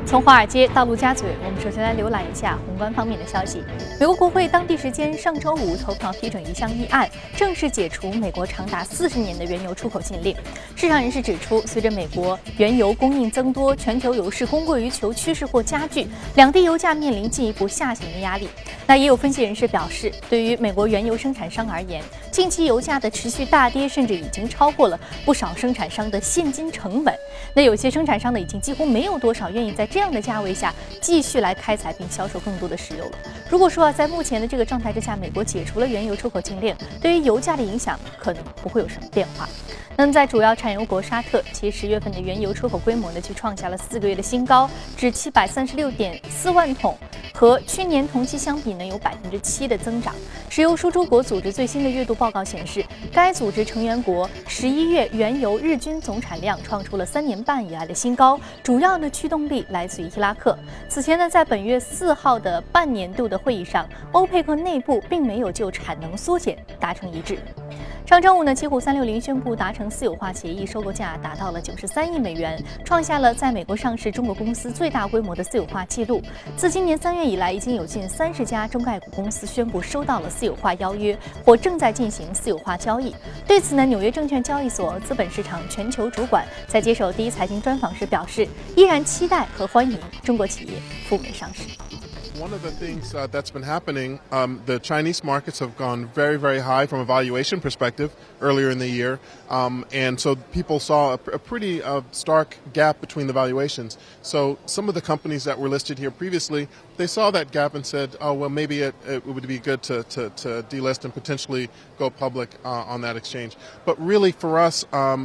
从华尔街到陆家嘴，我们首先来浏览一下宏观方面的消息。美国国会当地时间上周五投票批准一项议案，正式解除美国长达40年的原油出口禁令。市场人士指出，随着美国原油供应增多，全球油市供过于求趋势或加剧，两地油价面临进一步下行的压力。那也有分析人士表示，对于美国原油生产商而言，近期油价的持续大跌，甚至已经超过了不少生产商的现金成本。那有些生产商呢，已经几乎没有多少愿意在这样的价位下继续来开采并销售更多的石油了。如果说在目前的这个状态之下，美国解除了原油出口禁令，对于油价的影响可能不会有什么变化。那么在主要产油国沙特，其10月份的原油出口规模呢，却创下了4个月的新高，至736.4万桶，和去年同期相比呢，有7%的增长。石油输出国组织最新的月度报告显示，该组织成员国11月原油日均总产量创出了3年半以来的新高，主要的驱动力来自于伊拉克。此前呢，在本月4号的半年度的会议上，欧佩克内部并没有就产能缩减达成一致。上周五呢，奇虎360宣布达成私有化协议，收购价达到了93亿美元，创下了在美国上市中国公司最大规模的私有化记录。自今年3月以来，已经有近30家中概股公司宣布收到了私有化邀约，或正在进行私有化交易。对此呢，纽约证券交易所资本市场全球主管在接受第一财经专访时表示，依然期待和欢迎中国企业赴美上市。 One of the things that's been happening, the Chinese markets have gone very, very high from a valuation perspective earlier in the year, and so people saw a pretty stark gap between the valuations. So some of the companies that were listed here previously, they saw that gap and said, oh, well, maybe it would be good to delist and potentially go public on that exchange. But really for us,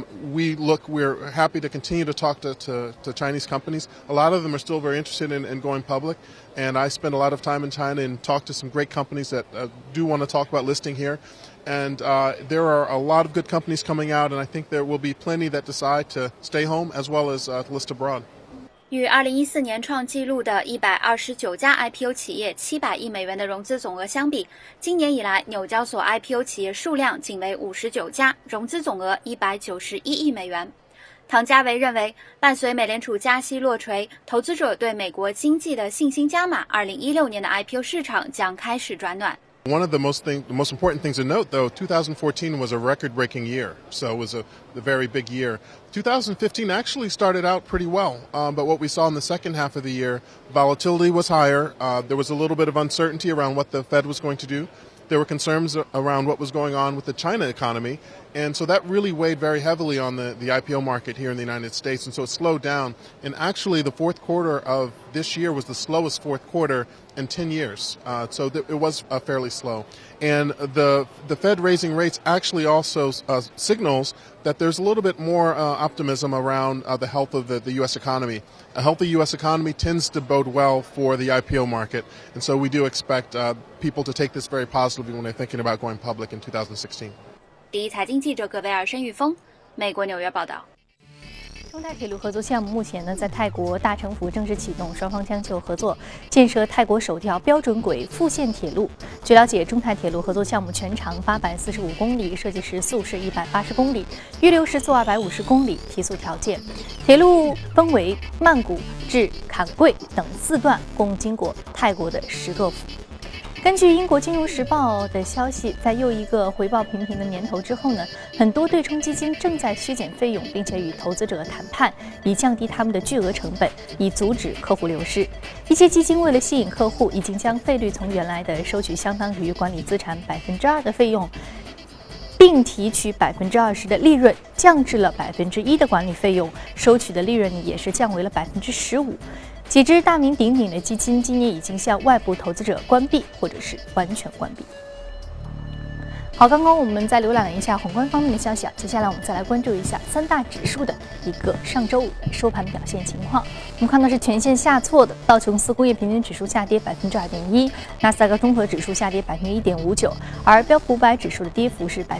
we're happy to continue to talk to Chinese companies. A lot of them are still very interested in going public. And I spend a lot of time in China and talk to some great companies that do want to talk about listing here. And there are a lot of good companies coming out, and I think there will be plenty that decide to stay home as well as list abroad. 与2014年创纪录的129家 IPO 企业700亿美元的融资总额相比，今年以来纽交所 IPO 企业数量仅为59家，融资总额191亿美元。唐家维认为，伴随美联储加息落锤，投资者对美国经济的信心加码，2016年的 IPO 市场将开始转暖。 One of the most important things to note, though, 2014 was a record-breaking year, so it was a very big year. 2015 actually started out pretty well, but what we saw in the second half of the year, volatility was higher. There was a little bit of uncertainty around what the Fed was going to do. There were concerns around what was going on with the China economy, and so that really weighed very heavily on the IPO market here in the United States, and so it slowed down. And actually, the fourth quarter of this year was the slowest fourth quarter in 10 years, so it was fairly slow. And the Fed raising rates actually also signals that there's a little bit more optimism around the health of the U.S. economy. A healthy U.S. economy tends to bode well for the IPO market, and so we do expect people to take this very positively when they're thinking about going public in 2016. 第一财经记者葛维尔、申玉峰，美国纽约报道。 中泰铁路合作项目目前呢，在泰国大城府正式启动，双方将就合作建设泰国首条标准轨复线铁路。据了解，中泰铁路合作项目全长845公里，设计时速是180公里，预留时速250公里。提速条件：铁路分为曼谷至坎贵等4段，共经过泰国的10个府。根据英国金融时报的消息，在又一个回报平平的年头之后呢，很多对冲基金正在削减费用，并且与投资者谈判，以降低他们的巨额成本，以阻止客户流失。一些基金为了吸引客户，已经将费率从原来的收取相当于管理资产2%的费用，并提取20%的利润，降至了1%的管理费用，收取的利润也是降为了15%。几只大名鼎鼎的基金今年已经向外部投资者关闭，或者是完全关闭。好，刚刚我们在浏览了一下宏观方面的消息，接下来我们再来关注一下3大指数的一个上周五的收盘表现情况。我们看到是全线下挫的，道琼斯工业平均指数下跌2.1%，纳斯达克综合指数下跌1.59%，而标普500指数的跌幅是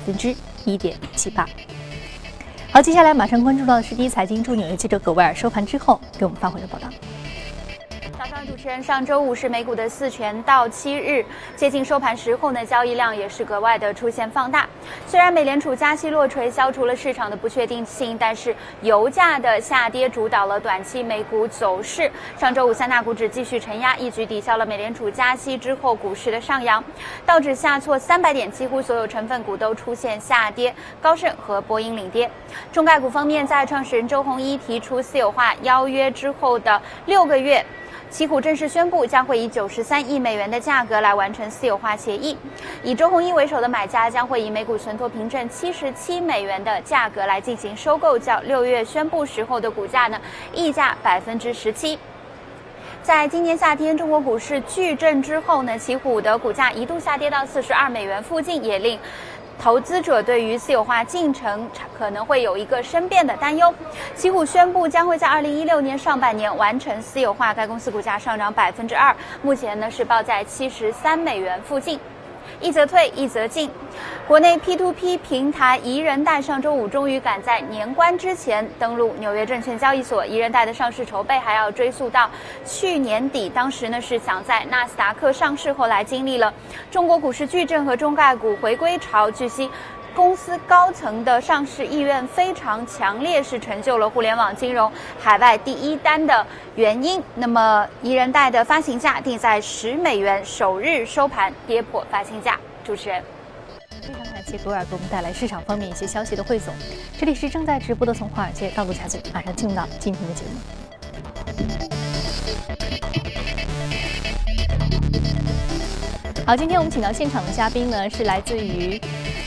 1.78%。好，接下来马上关注到的是第一财经驻纽约记者葛维尔收盘之后给我们发回的报道。 早上，主持人，上周五是美股的4权到期日，接近收盘时候呢，交易量也是格外的出现放大。虽然美联储加息落锤消除了市场的不确定性，但是油价的下跌主导了短期美股走势。上周五三大股指继续承压，一举抵消了美联储加息之后股市的上扬。道指下挫300点，几乎所有成分股都出现下跌，高盛和波音领跌。中概股方面，在创始人周鸿祎提出私有化邀约之后的6个月。奇虎正式宣布，将会以93亿美元的价格来完成私有化协议。以周鸿祎为首的买家将会以每股存托凭证77美元的价格来进行收购，较6月宣布时候的股价呢溢价17%。在今年夏天中国股市巨震之后呢，奇虎的股价一度下跌到42美元附近，也令投资者对于私有化进程可能会有一个生变的担忧。奇虎宣布将会在2016年上半年完成私有化，该公司股价上涨2%，目前呢是报在73美元附近。一则退，一则进。国内 P2P 平台宜人贷上周五终于赶在年关之前登陆纽约证券交易所。宜人贷的上市筹备还要追溯到去年底，当时呢是想在纳斯达克上市，后来经历了中国股市巨震和中概股回归潮，据悉公司高层的上市意愿非常强烈，是成就了互联网金融海外第1单的原因。那么宜人贷的发行价定在10美元，首日收盘跌破发行价。主持人， 非常感谢博尔给我们带来市场方面一些消息的汇总。这里是正在直播的从华尔街到陆家嘴，马上进入到今天的节目。好，今天我们请到现场的嘉宾呢是来自于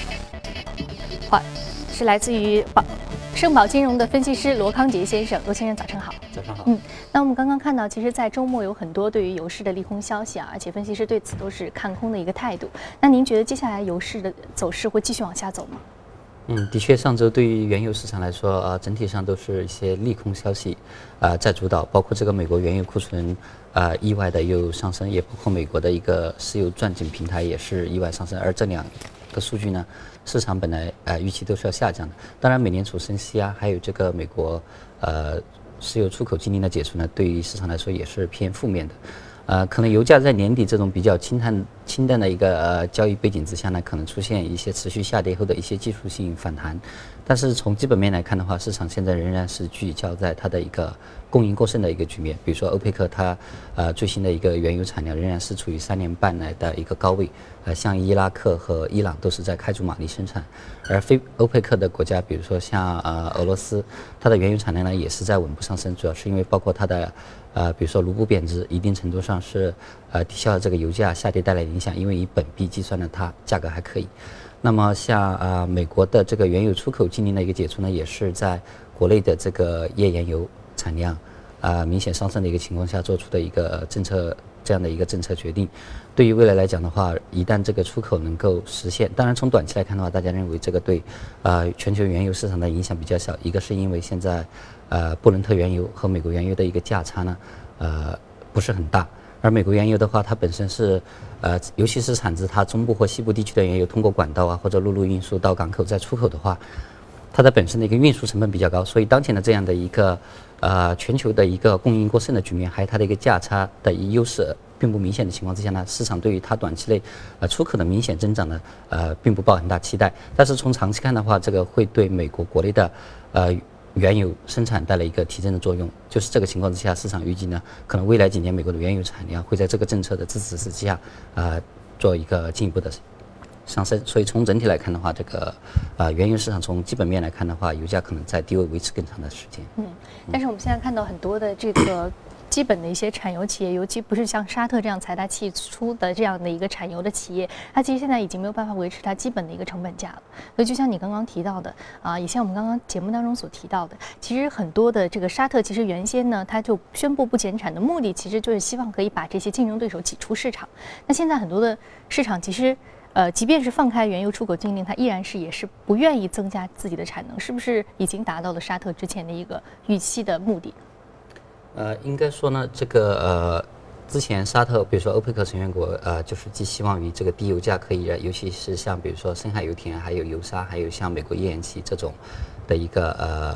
盛宝金融的分析师罗康杰先生。罗先生早上好。 早上好。 那我们刚刚看到，其实在周末有很多对于油市的利空消息啊，而且分析师对此都是看空的一个态度。那您觉得接下来油市的走势会继续往下走吗？ 的确，上周对于原油市场来说，整体上都是一些利空消息在主导，包括这个美国原油库存意外的又上升，也包括美国的一个石油钻井平台也是意外上升，而这2个数据呢，市场本来预期都是要下降的。当然，美联储升息啊，还有这个美国石油出口禁令的解除呢，对于市场来说也是偏负面的。可能油价在年底这种比较清淡的一个交易背景之下呢，可能出现一些持续下跌后的一些技术性反弹。但是从基本面来看的话，市场现在仍然是聚焦在它的一个供应过剩的一个局面。比如说欧佩克它最新的一个原油产量仍然是处于3年半来的一个高位，像伊拉克和伊朗都是在开足马力生产，而非欧佩克的国家，比如说像俄罗斯，它的原油产量呢也是在稳步上升，主要是因为包括它的比如说卢布贬值，一定程度上是抵消了这个油价下跌带来的影响，因为以本币计算呢，它价格还可以。那么像美国的这个原油出口禁令的一个解除呢，也是在国内的这个页岩油产量明显上升的一个情况下做出的一个这样的一个政策决定。对于未来来讲的话，一旦这个出口能够实现，当然从短期来看的话，大家认为这个对全球原油市场的影响比较小。一个是因为现在布伦特原油和美国原油的一个价差呢不是很大，而美国原油的话，它本身是尤其是产自它中部或西部地区的原油，通过管道啊或者陆路运输到港口再出口的话，它的本身的一个运输成本比较高，所以当前的这样的一个全球的一个供应过剩的局面，还有它的一个价差的优势并不明显的情况之下呢，市场对于它短期内出口的明显增长呢并不抱很大期待。但是从长期看的话，这个会对美国国内的原油生产带来一个提振的作用。就是这个情况之下，市场预计呢，可能未来几年美国的原油产量会在这个政策的支持之下做一个进一步的上升。所以从整体来看的话，这个原油市场从基本面来看的话，油价可能在低位维持更长的时间。 但是我们现在看到很多的这个基本的一些产油企业，尤其不是像沙特这样财大气粗的这样的一个产油的企业，它其实现在已经没有办法维持它基本的一个成本价了。所以就像你刚刚提到的也像我们刚刚节目当中所提到的，其实很多的这个沙特其实原先呢，它就宣布不减产的目的，其实就是希望可以把这些竞争对手挤出市场。那现在很多的市场其实即便是放开原油出口禁令，它依然是也是不愿意增加自己的产能，是不是已经达到了沙特之前的一个预期的目的？ 应该说呢，这个之前沙特比如说欧佩克成员国就是寄希望于这个低油价可以，尤其是像比如说深海油田，还有油砂，还有像美国页岩气这种的一个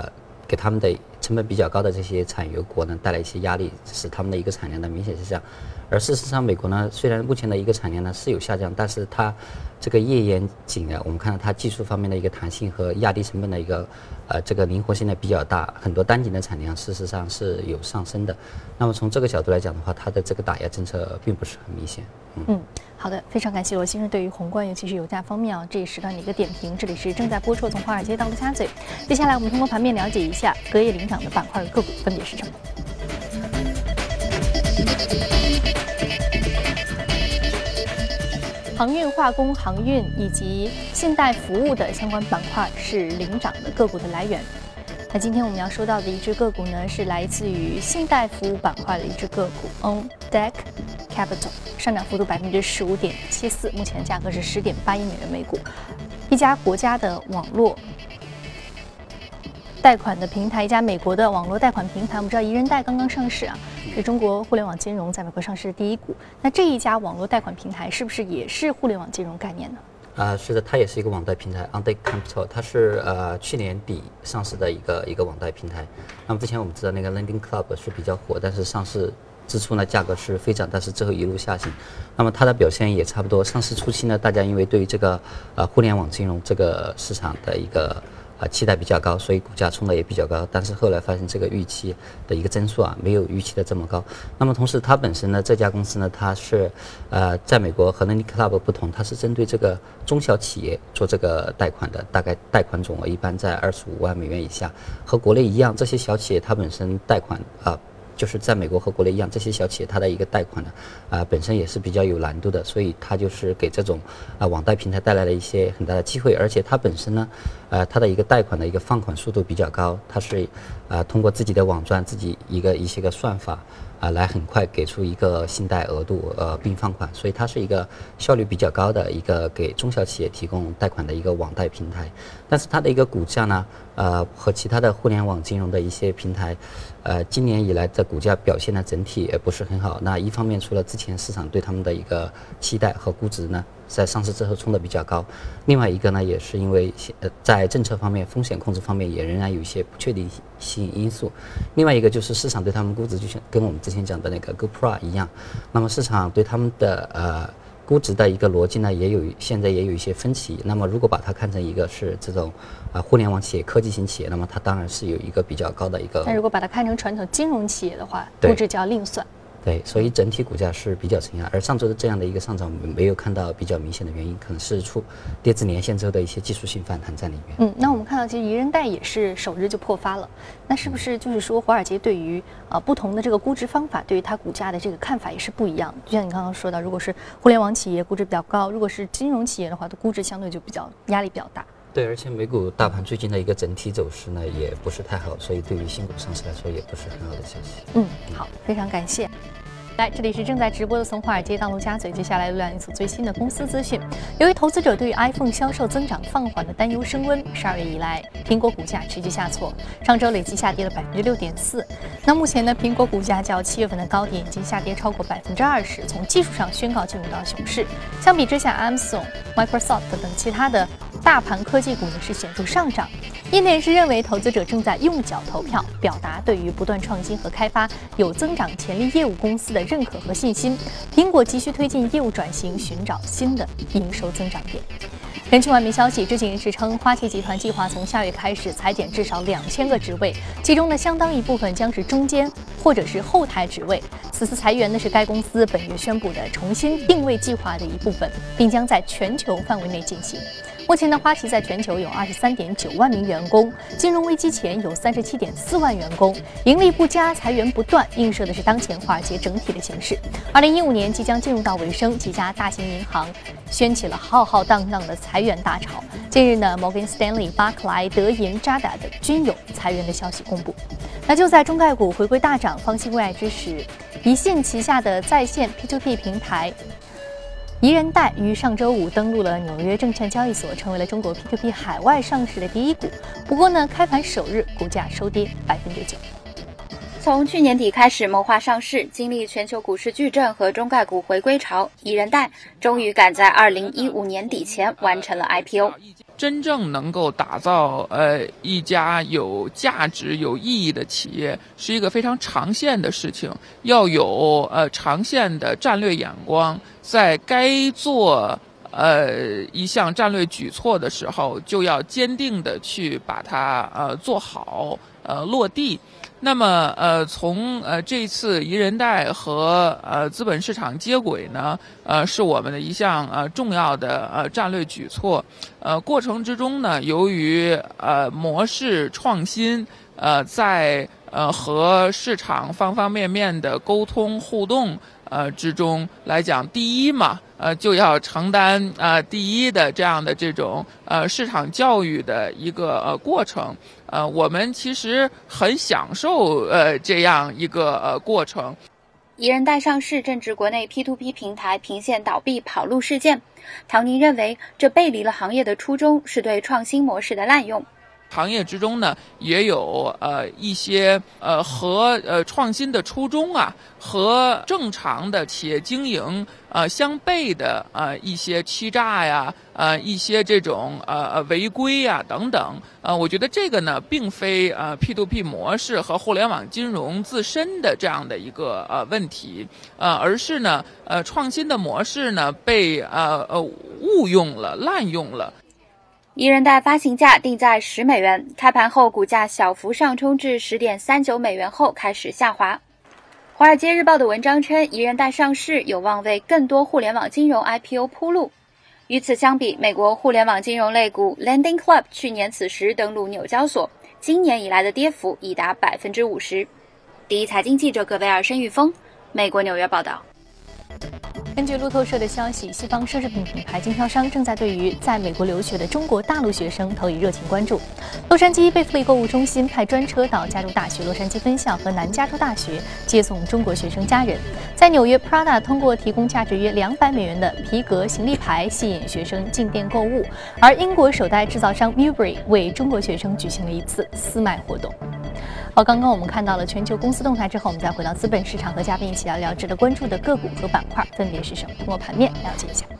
给他们的成本比较高的这些产油国呢带来一些压力，使他们的一个产量呢明显下降。而事实上，美国呢虽然目前的一个产量呢是有下降，但是它这个页岩井啊，我们看到它技术方面的一个弹性和压低成本的一个这个灵活性呢比较大，很多单井的产量事实上是有上升的。那么从这个角度来讲的话，它的这个打压政策并不是很明显。 好的，非常感谢罗先生对于宏观尤其是油价方面这一时段的一个点评。这里是正在播出从华尔街到陆家嘴，接下来我们通过盘面了解一下隔夜领涨的板块和个股分别是什么。航运、化工、航运以及信贷服务的相关板块是领涨的个股的来源。那今天我们要说到的一只个股呢，是来自于信贷服务板块的一只个股 On Deck Capital， 上涨幅度15.74%，目前价格是10.8亿美元每股。一家国家的网络贷款的平台，一家美国的网络贷款平台，我们知道宜人贷刚刚上市是中国互联网金融在美国上市的第一股。那这一家网络贷款平台是不是也是互联网金融概念呢？ 是的，它也是一个网贷平台 On Deck Capital， 它是去年底上市的一个网贷平台。那么之前我们知道那个 Lending Club 是比较火，但是上市之初呢价格是飞涨，但是之后一路下行。那么它的表现也差不多。上市初期呢，大家因为对于这个互联网金融这个市场的一个期待比较高，所以股价冲的也比较高，但是后来发现这个预期的一个增速没有预期的这么高。那么同时它本身呢，这家公司呢，它是在美国和 Lending Club 不同，它是针对这个中小企业做这个贷款的，大概贷款总额一般在25万美元以下。和国内一样，这些小企业它本身贷款就是在美国和国内一样，这些小企业它的一个贷款呢，本身也是比较有难度的，所以它就是给这种网贷平台带来了一些很大的机会，而且它本身呢，它的一个贷款的一个放款速度比较高，它是通过自己的网站、自己一些个算法来很快给出一个信贷额度并放款，所以它是一个效率比较高的一个给中小企业提供贷款的一个网贷平台。但是它的一个股价呢，和其他的互联网金融的一些平台，今年以来的股价表现呢整体也不是很好。那一方面除了之前市场对他们的一个期待和估值呢，在上市之后冲得比较高，另外一个呢也是因为在政策方面、风险控制方面也仍然有一些不确定性因素。另外一个就是市场对他们估值就像跟我们之前讲的那个 GoPro 一样，那么市场对他们的估值的一个逻辑呢，现在也有一些分歧。那么如果把它看成一个是这种互联网企业、科技型企业，那么它当然是有一个比较高的一个。 那如果把它看成传统金融企业的话，估值就要另算。 对，所以整体股价是比较承压，而上周的这样的一个上涨没有看到比较明显的原因，可能是跌至年线之后的一些技术性反弹在里面。 那我们看到其实宜人贷也是首日就破发了，那是不是就是说华尔街对于不同的这个估值方法对于它股价的这个看法也是不一样？就像你刚刚说到，如果是互联网企业估值比较高，如果是金融企业的话，它估值相对就压力比较大。 对，而且美股大盘最近的一个整体走势呢也不是太好，所以对于新股上市来说也不是很好的消息。 好，非常感谢。来，这里是正在直播的从华尔街到陆家嘴，接下来浏览一组最新的公司资讯。由于投资者对于 iPhone 销售增长放缓的担忧升温，12月以来，苹果股价持续下挫，上周累计下跌了6.4%。那目前呢，苹果股价较7月份的高点已经下跌超过20%，从技术上宣告进入到熊市。相比之下 ，Amazon、Microsoft 等其他的大盘科技股呢是显著上涨。业内人士认为，投资者正在用脚投票，表达对于不断创新和开发有增长潜力业务公司的认可和信心。苹果急需推进业务转型，寻找新的营收增长点。根据外媒消息，知情人士称，花旗集团计划从下月开始裁减至少2000个职位，其中呢相当一部分将是中间或者是后台职位。此次裁员呢是该公司本月宣布的重新定位计划的一部分，并将在全球范围内进行。目前呢，花旗在全球有23.9万名员工，金融危机前有37.4万员工，盈利不佳，裁员不断，映射的是当前华尔街整体的形势。2015年即将进入到尾声，几家大型银行掀起了浩浩荡荡的裁员大潮。近日呢，摩根斯丹利、巴克莱、德银、渣打等均有裁员的消息公布。那就在中概股回归大涨、方兴未艾之时，宜信旗下的在线 P2P 平台宜人贷于上周五登陆了纽约证券交易所，成为了中国 P2P 海外上市的第一股。不过呢，开盘首日股价收跌9%。 从去年底开始谋划上市，经历全球股市巨震和中概股回归潮，宜人贷终于赶在2015年底前完成了 IPO。 真正能够打造一家有价值、有意义的企业，是一个非常长线的事情，要有长线的战略眼光，在该做一项战略举措的时候，就要坚定的去把它做好落地。那么从这次宜人贷和资本市场接轨呢，是我们的一项重要的战略举措。过程之中呢，由于模式创新，在和市场方方面面的沟通互动之中来讲，第一嘛，就要承担第一的这样的这种市场教育的一个过程。我们其实很享受这样一个过程。 宜人贷上市正值国内 P2P 平台频现倒闭跑路事件，唐宁认为这背离了行业的初衷，是对创新模式的滥用。 行业之中呢，也有一些和创新的初衷和正常的企业经营相悖的一些欺诈呀，一些这种违规呀等等。我觉得这个呢，并非P2P 模式和互联网金融自身的这样的一个问题，而是呢创新的模式呢被误用了、滥用了。 宜人贷发行价定在10美元，开盘后股价小幅上冲至10.39美元后开始下滑。华尔街日报的文章称，宜人贷上市有望为更多互联网金融 IPO 铺路。与此相比，美国互联网金融类股 Lending Club 去年此时登陆纽交所，今年以来的跌幅已达50%。第一财经记者葛维尔、申玉峰，美国纽约报道。 根据路透社的消息，西方奢侈品品牌经销商正在对于在美国留学的中国大陆学生投以热情关注。洛杉矶贝弗利购物中心派专车到加州大学洛杉矶分校和南加州大学接送中国学生家人。在纽约 ，Prada 通过提供价值约200美元的皮革行李牌吸引学生进店购物，而英国首代制造商 Burberry 为中国学生举行了一次私卖活动。好，刚刚我们看到了全球公司动态之后，我们再回到资本市场，和嘉宾一起聊聊值得关注的个股和板块分别是什么。通过盘面了解一下。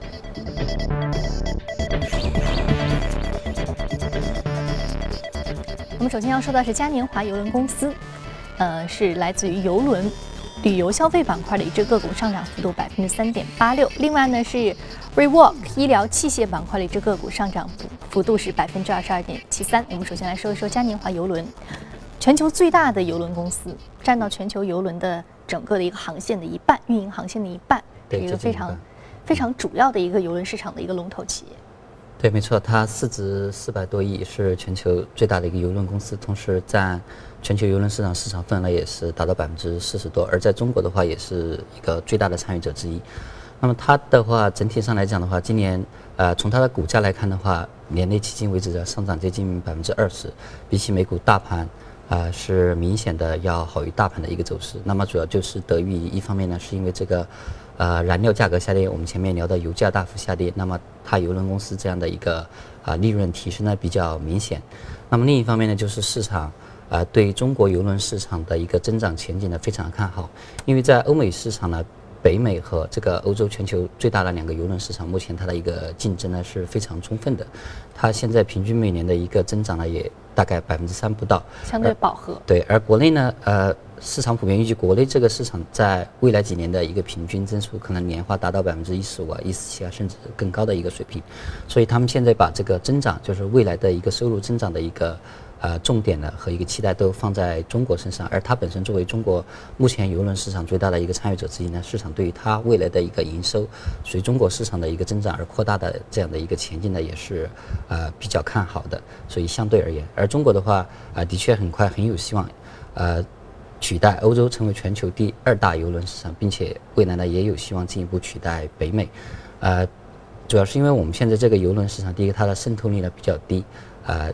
我们首先要说的是嘉年华邮轮公司，是来自于邮轮旅游消费板块的一只个股，上涨幅度3.86%。另外呢是 Rewalk 医疗器械板块的一只个股，上涨幅度是22.73%。我们首先来说一说嘉年华邮轮。全球最大的邮轮公司，占到全球邮轮的整个的一个航线的一半，运营航线的一半，是一个非常主要的一个邮轮市场的一个龙头企业。 对，没错，它市值400多亿，是全球最大的一个邮轮公司，同时占全球邮轮市场份额也是达到40%多，而在中国的话也是一个最大的参与者之一。那么它的话，整体上来讲的话，今年从它的股价来看的话，年内迄今为止的上涨接近20%，比起美股大盘。是明显的要好于大盘的一个走势。那么主要就是得益于一方面呢，是因为这个燃料价格下跌，我们前面聊的油价大幅下跌，那么它邮轮公司这样的一个利润提升呢比较明显。那么另一方面呢，就是市场对中国邮轮市场的一个增长前景呢非常看好，因为在欧美市场呢。北美和这个欧洲全球最大的2个邮轮市场，目前它的一个竞争呢是非常充分的，它现在平均每年的一个增长呢也大概3%不到， 相对饱和。 对，而国内呢，市场普遍预计国内这个市场在未来几年的一个平均增速可能年化达到15%、17%甚至更高的一个水平，所以他们现在把这个增长，就是未来的一个收入增长的一个。重点呢和一个期待都放在中国身上，而它本身作为中国目前邮轮市场最大的一个参与者之一呢，市场对于它未来的一个营收随中国市场的一个增长而扩大的这样的一个前景呢，也是比较看好的。所以相对而言，而中国的话的确很快很有希望取代欧洲成为全球第2大邮轮市场，并且未来呢也有希望进一步取代北美。主要是因为我们现在这个邮轮市场，第一个它的渗透率呢比较低，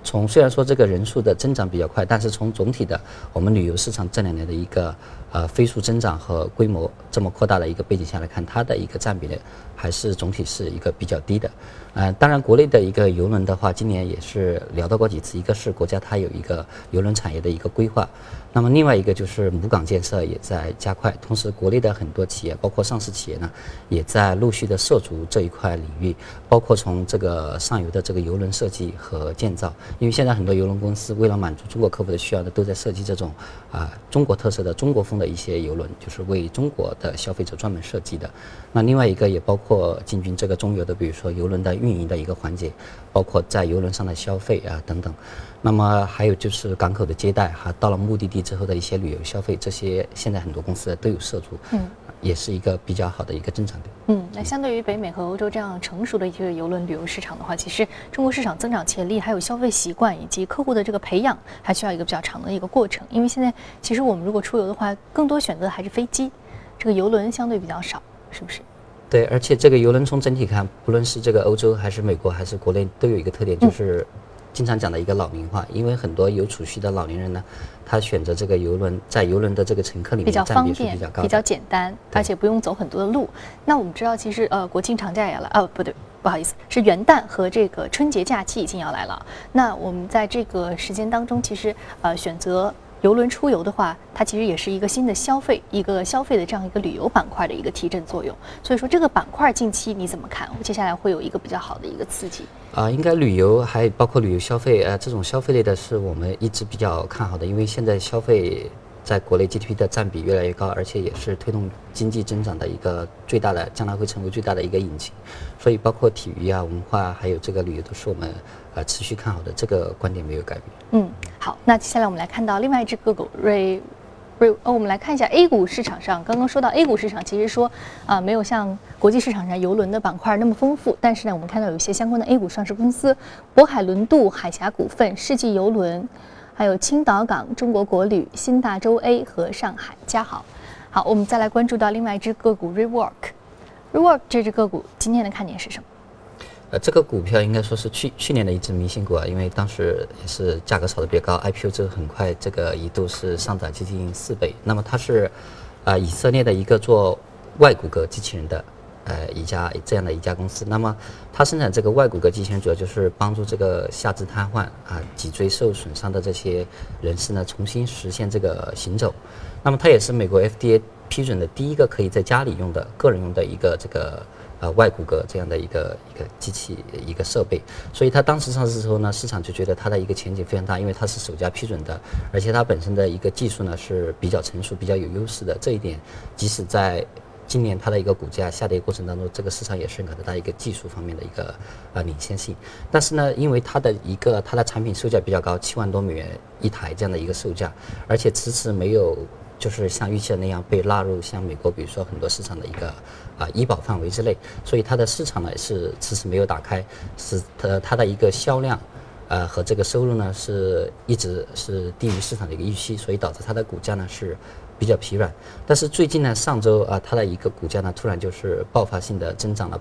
虽然说这个人数的增长比较快，但是从总体的我们旅游市场这2年的一个飞速增长和规模这么扩大的一个背景下来看，它的一个占比呢还是总体是一个比较低的。当然国内的一个邮轮的话，今年也是聊到过几次，一个是国家它有一个邮轮产业的一个规划，那么另外一个就是母港建设也在加快，同时国内的很多企业包括上市企业呢也在陆续的涉足这一块领域，包括从这个上游的这个邮轮设计和建造，因为现在很多邮轮公司为了满足中国客户的需要呢，都在设计这种中国特色的中国风的一些邮轮，就是为中国的消费者专门设计的。那另外一个也包括进军这个中游的，比如说邮轮的运营的一个环节，包括在邮轮上的消费等等。那么还有就是港口的接待到了目的地之后的一些旅游消费，这些现在很多公司都有涉足，也是一个比较好的一个增长点。 那相对于北美和欧洲这样成熟的一个邮轮旅游市场的话，其实中国市场增长潜力还有消费习惯以及客户的这个培养，还需要一个比较长的一个过程。因为现在其实我们如果出游的话，更多选择还是飞机，这个邮轮相对比较少，是不是？ 对，而且这个邮轮从整体看，不论是这个欧洲还是美国还是国内，都有一个特点，就是经常讲的一个老龄化。因为很多有储蓄的老年人呢，他选择这个邮轮，在邮轮的这个乘客里面占比是比较高的， 比较简单，而且不用走很多的路。那我们知道，其实国庆长假也要来，不好意思，是元旦和这个春节假期已经要来了。那我们在这个时间当中，其实选择邮轮出游的话，它其实也是一个新的消费的这样一个旅游板块的一个提振作用。所以说这个板块近期你怎么看？接下来会有一个比较好的一个刺激应该旅游还包括旅游消费这种消费类的是我们一直比较看好的，因为现在消费在国内 GDP 的占比越来越高，而且也是推动经济增长的一个最大的，将来会成为最大的一个引擎。所以包括体育文化还有这个旅游都是我们持续看好的，这个观点没有改变。 好，那接下来我们来看到另外一只个股我们来看一下 A 股市场上，刚刚说到 A 股市场其实说没有像国际市场上邮轮的板块那么丰富，但是呢我们看到有一些相关的 A 股上市公司，渤海轮渡、海峡股份、世纪邮轮，还有青岛港、中国国旅、新大洲 A 和上海嘉豪。好，我们再来关注到另外一只个股 Rework 这只个股今天的看点是什么？ 这个股票应该说是去年的一只明星股因为当时也是价格炒得比较高 ，IPO 之后很快这个一度是上涨接近4倍。那么它是以色列的一个做外骨骼机器人的这样的一家公司。那么它生产这个外骨骼机器人，主要就是帮助这个下肢瘫痪脊椎受损伤的这些人士呢，重新实现这个行走。那么它也是美国 FDA 批准的第一个可以在家里用的个人用的一个这个外骨骼这样的一个机器一个设备，所以它当时上市之后呢，市场就觉得它的一个前景非常大，因为它是首家批准的，而且它本身的一个技术呢是比较成熟、比较有优势的。这一点，即使在今年它的一个股价下跌过程当中，这个市场也认可它一个技术方面的一个领先性。但是呢，因为它的产品售价比较高，7万多美元一台这样的一个售价，而且迟迟没有就是像预期的那样被纳入像美国比如说很多市场的一个医保范围之内，所以它的市场呢是迟迟没有打开，使它的一个销量和这个收入呢是一直是低于市场的一个预期，所以导致它的股价呢是比较疲软。但是最近呢，上周它的一个股价呢突然就是爆发性的增长了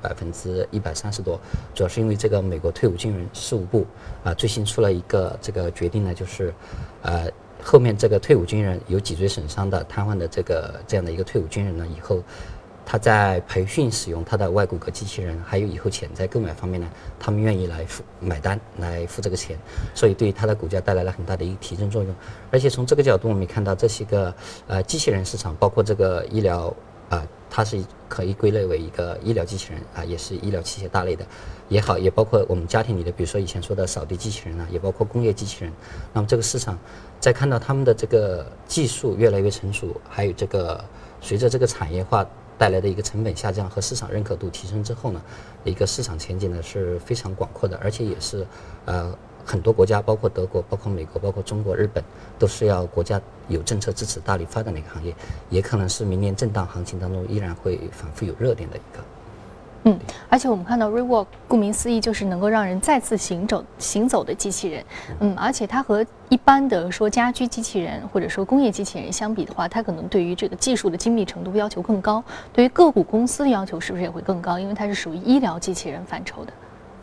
130%多，主要是因为这个美国退伍军人事务部最新出了一个这个决定呢，就是后面这个退伍军人有脊椎损伤的瘫痪的这样的一个退伍军人呢，以后他在培训使用他的外骨骼机器人，还有以后潜在购买方面呢，他们愿意来买单来付这个钱，所以对他的股价带来了很大的一个提振作用。而且从这个角度我们也看到，这些个机器人市场，包括这个医疗它是可以归类为一个医疗机器人也是医疗器械大类的也好，也包括我们家庭里的，比如说以前说的扫地机器人也包括工业机器人。那么这个市场在看到他们的这个技术越来越成熟，还有这个随着这个产业化带来的一个成本下降和市场认可度提升之后呢，一个市场前景呢是非常广阔的，而且也是很多国家，包括德国、包括美国、包括中国、日本，都是要国家有政策支持大力发展的一个行业，也可能是明年震荡行情当中依然会反复有热点的一个。 而且我们看到 Rework 顾名思义就是能够让人再次行走的机器人，而且它和一般的说家居机器人或者说工业机器人相比的话，它可能对于这个技术的精密程度要求更高，对于个股公司的要求是不是也会更高？因为它是属于医疗机器人范畴的。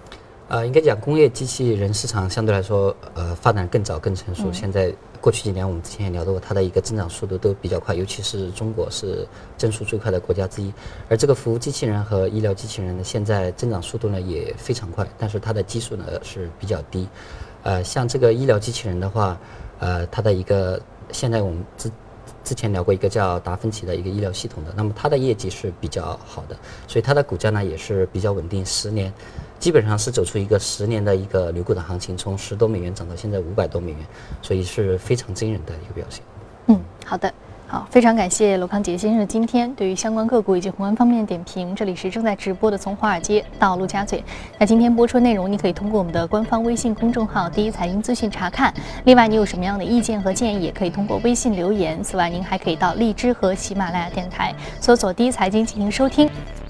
应该讲工业机器人市场相对来说，发展更早、更成熟。现在过去几年，我们之前也聊到过，它的一个增长速度都比较快，尤其是中国是增速最快的国家之一。而这个服务机器人和医疗机器人呢，现在增长速度呢也非常快，但是它的基数呢是比较低。像这个医疗机器人的话，它的一个现在我们之前聊过一个叫达芬奇的一个医疗系统的，那么它的业绩是比较好的，所以它的股价呢也是比较稳定，10年基本上是走出一个10年的一个牛股的行情，从10多美元涨到现在500多美元，所以是非常惊人的一个表现。 好的。好，非常感谢罗康杰先生今天对于相关个股以及宏观方面的点评。这里是正在直播的从华尔街到陆家嘴。那今天播出内容，你可以通过我们的官方微信公众号第一财经资讯查看。另外，你有什么样的意见和建议，也可以通过微信留言。此外，您还可以到荔枝和喜马拉雅电台搜索第一财经进行收听。